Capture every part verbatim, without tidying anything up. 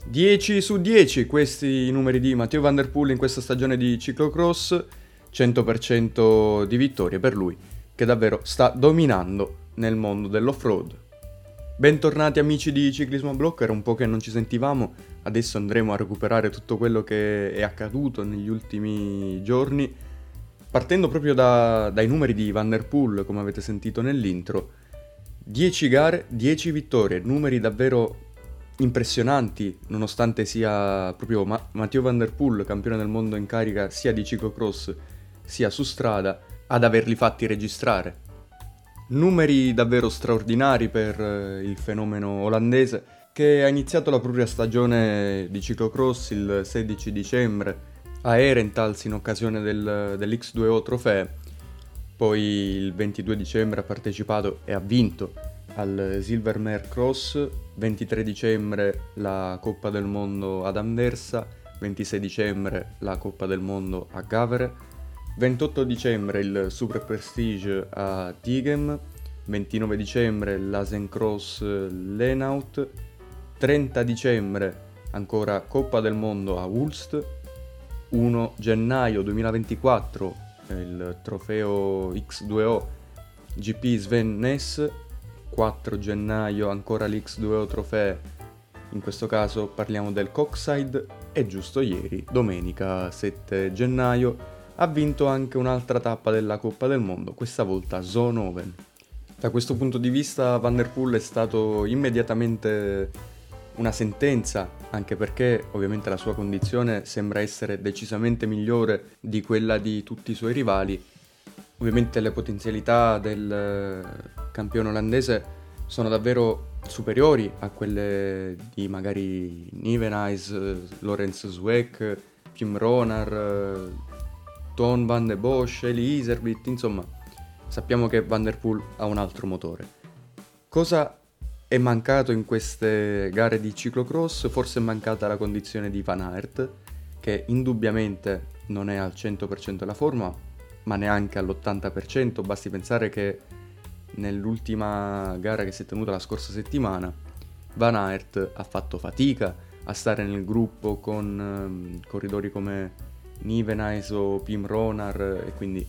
dieci su dieci questi i numeri di Mathieu Van Der Poel in questa stagione di ciclocross, cento per cento di vittorie per lui, che davvero sta dominando nel mondo dell'off-road. Bentornati amici di Ciclismo a Blocco, era un po' che non ci sentivamo, adesso andremo a recuperare tutto quello che è accaduto negli ultimi giorni, partendo proprio da, dai numeri di Van Der Poel, come avete sentito nell'intro. dieci gare, dieci vittorie, numeri davvero impressionanti, nonostante sia proprio Ma- Mathieu Van Der Poel, campione del mondo in carica sia di ciclocross sia su strada, ad averli fatti registrare. Numeri davvero straordinari per eh, il fenomeno olandese, che ha iniziato la propria stagione di ciclocross il sedici dicembre a Herentals in occasione del, dell'X due O Trofeo. Poi il ventidue dicembre ha partecipato e ha vinto al Silvermare Cross, ventitré dicembre la Coppa del Mondo ad Anversa, ventisei dicembre la Coppa del Mondo a Gavere, ventotto dicembre il Super Prestige a Tighem, ventinove dicembre l'Asen Cross Lenaut, trenta dicembre ancora Coppa del Mondo a Hulst, primo gennaio duemilaventiquattro il trofeo X due O G P Sven Ness, quattro gennaio ancora l'X due O Trofeo, in questo caso parliamo del Coxside, e giusto ieri, domenica sette gennaio, ha vinto anche un'altra tappa della Coppa del Mondo, questa volta Zonhoven. Da questo punto di vista Van Der Poel è stato immediatamente una sentenza, anche perché ovviamente la sua condizione sembra essere decisamente migliore di quella di tutti i suoi rivali. Ovviamente le potenzialità del campione olandese sono davvero superiori a quelle di magari Nieuwenhuis, Lorenz Zweck, Kim Ronar, Ton van de Bosch, Eli Iserbyt, insomma, sappiamo che Van Der Poel ha un altro motore. Cosa è mancato in queste gare di ciclocross? Forse è mancata la condizione di Van Aert, che indubbiamente non è al cento per cento della forma, ma neanche all'ottanta per cento. Basti pensare che nell'ultima gara che si è tenuta la scorsa settimana Van Aert ha fatto fatica a stare nel gruppo con um, corridori come Nieuwenhuis o Pim Ronar, e quindi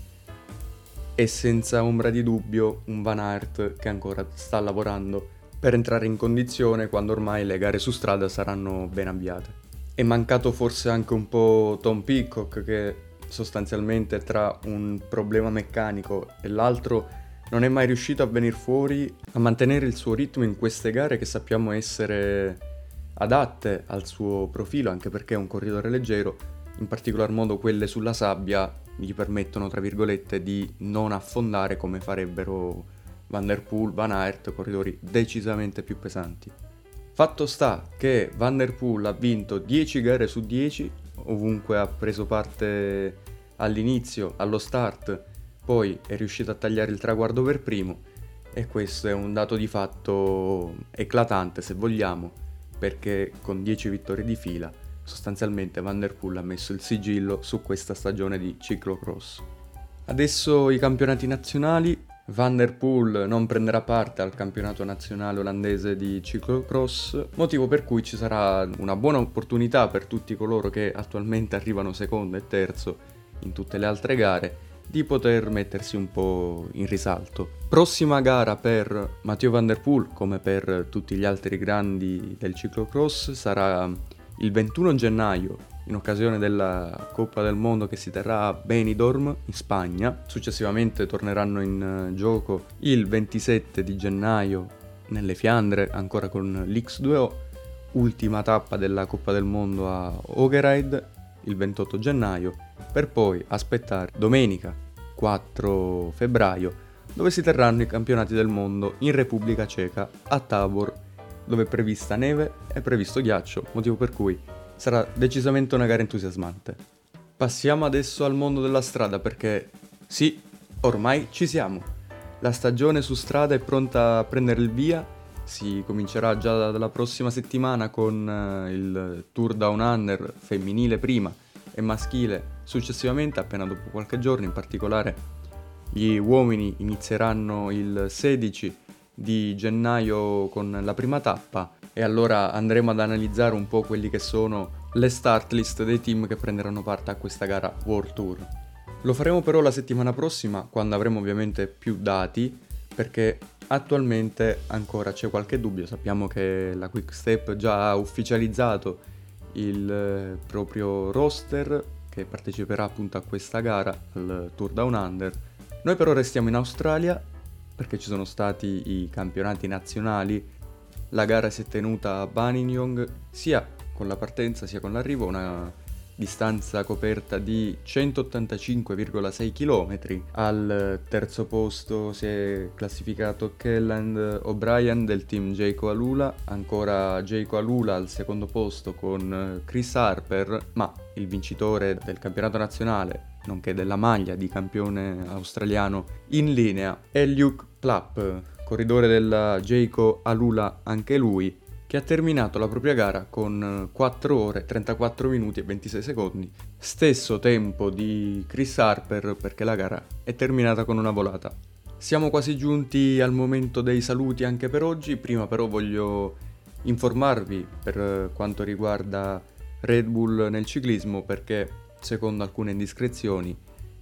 è senza ombra di dubbio un Van Aert che ancora sta lavorando per entrare in condizione quando ormai le gare su strada saranno ben avviate. È mancato forse anche un po' Tom Pidcock, che sostanzialmente tra un problema meccanico e l'altro non è mai riuscito a venire fuori a mantenere il suo ritmo in queste gare che sappiamo essere adatte al suo profilo, anche perché è un corridore leggero, in particolar modo quelle sulla sabbia gli permettono, tra virgolette, di non affondare come farebbero Van Der Poel, Van Aert, corridori decisamente più pesanti. Fatto sta che Van Der Poel ha vinto dieci gare su dieci, ovunque ha preso parte all'inizio, allo start, poi è riuscito a tagliare il traguardo per primo, e questo è un dato di fatto eclatante, se vogliamo, perché con dieci vittorie di fila sostanzialmente Van Der Poel ha messo il sigillo su questa stagione di ciclocross. Adesso i campionati nazionali. Van Der Poel non prenderà parte al campionato nazionale olandese di ciclocross, motivo per cui ci sarà una buona opportunità per tutti coloro che attualmente arrivano secondo e terzo in tutte le altre gare di poter mettersi un po' in risalto. Prossima gara per Mathieu Van Der Poel, come per tutti gli altri grandi del ciclocross, sarà il ventuno gennaio, in occasione della Coppa del Mondo che si terrà a Benidorm, in Spagna. Successivamente torneranno in gioco il ventisette di gennaio nelle Fiandre, ancora con l'X due O, ultima tappa della Coppa del Mondo a Hogeride, il ventotto gennaio, per poi aspettare domenica quattro febbraio, dove si terranno i campionati del mondo in Repubblica Ceca, a Tabor, dove è prevista neve e previsto ghiaccio, motivo per cui sarà decisamente una gara entusiasmante. Passiamo adesso al mondo della strada, perché sì, ormai ci siamo. La stagione su strada è pronta a prendere il via, si comincerà già dalla prossima settimana con uh, il Tour Down Under femminile prima e maschile successivamente, appena dopo qualche giorno. In particolare gli uomini inizieranno il sedici di gennaio con la prima tappa, e allora andremo ad analizzare un po' quelli che sono le start list dei team che prenderanno parte a questa gara World Tour. Lo faremo però la settimana prossima, quando avremo ovviamente più dati, perché attualmente ancora c'è qualche dubbio. Sappiamo che la Quick-Step già ha ufficializzato il eh, proprio roster che parteciperà appunto a questa gara, al Tour Down Under. Noi però restiamo in Australia perché ci sono stati i campionati nazionali. La gara si è tenuta a Buninyong sia con la partenza sia con l'arrivo, una distanza coperta di centottantacinque virgola sei chilometri. Al terzo posto si è classificato Kelland O'Brien del team Jayco Alula, ancora Jayco Alula al secondo posto con Chris Harper, ma il vincitore del campionato nazionale, nonché della maglia di campione australiano in linea, è Luke Plapp, corridore della Jayco Alula anche lui, che ha terminato la propria gara con quattro ore, trentaquattro minuti e ventisei secondi, stesso tempo di Chris Harper, perché la gara è terminata con una volata. Siamo quasi giunti al momento dei saluti anche per oggi. Prima però voglio informarvi per quanto riguarda Red Bull nel ciclismo, perché secondo alcune indiscrezioni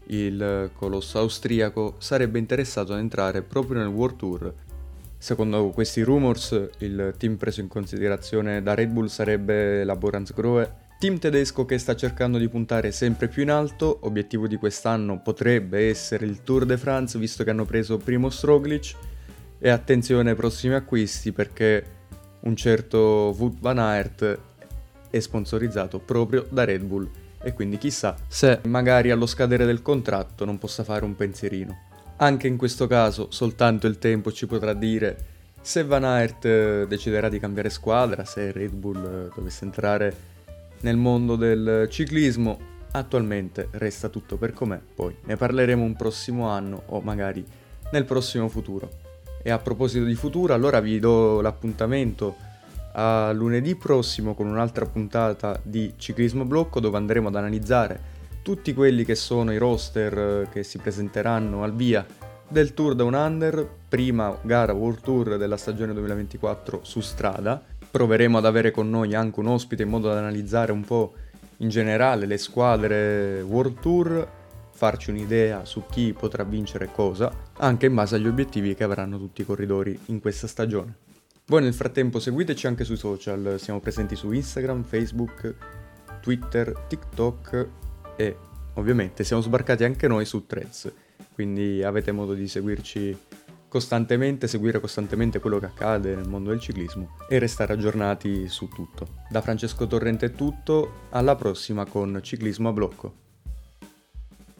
il colosso austriaco sarebbe interessato ad entrare proprio nel World Tour. Secondo questi rumors, il team preso in considerazione da Red Bull sarebbe la Boransgrohe, team tedesco che sta cercando di puntare sempre più in alto. Obiettivo di quest'anno potrebbe essere il Tour de France, visto che hanno preso Primož Roglič. E attenzione ai prossimi acquisti, perché un certo Wout van Aert è sponsorizzato proprio da Red Bull, e quindi chissà se magari allo scadere del contratto non possa fare un pensierino. Anche in questo caso soltanto il tempo ci potrà dire se Van Aert deciderà di cambiare squadra, se Red Bull dovesse entrare nel mondo del ciclismo. Attualmente resta tutto per com'è, poi ne parleremo un prossimo anno o magari nel prossimo futuro. E a proposito di futuro, allora vi do l'appuntamento a lunedì prossimo con un'altra puntata di Ciclismo Blocco, dove andremo ad analizzare tutti quelli che sono i roster che si presenteranno al via del Tour Down Under, prima gara World Tour della stagione duemilaventiquattro su strada. Proveremo ad avere con noi anche un ospite in modo da analizzare un po' in generale le squadre World Tour, farci un'idea su chi potrà vincere cosa, anche in base agli obiettivi che avranno tutti i corridori in questa stagione. Voi nel frattempo seguiteci anche sui social, siamo presenti su Instagram, Facebook, Twitter, TikTok e ovviamente siamo sbarcati anche noi su Threads, quindi avete modo di seguirci costantemente, seguire costantemente quello che accade nel mondo del ciclismo e restare aggiornati su tutto. Da Francesco Torrente è tutto, alla prossima con Ciclismo a Blocco.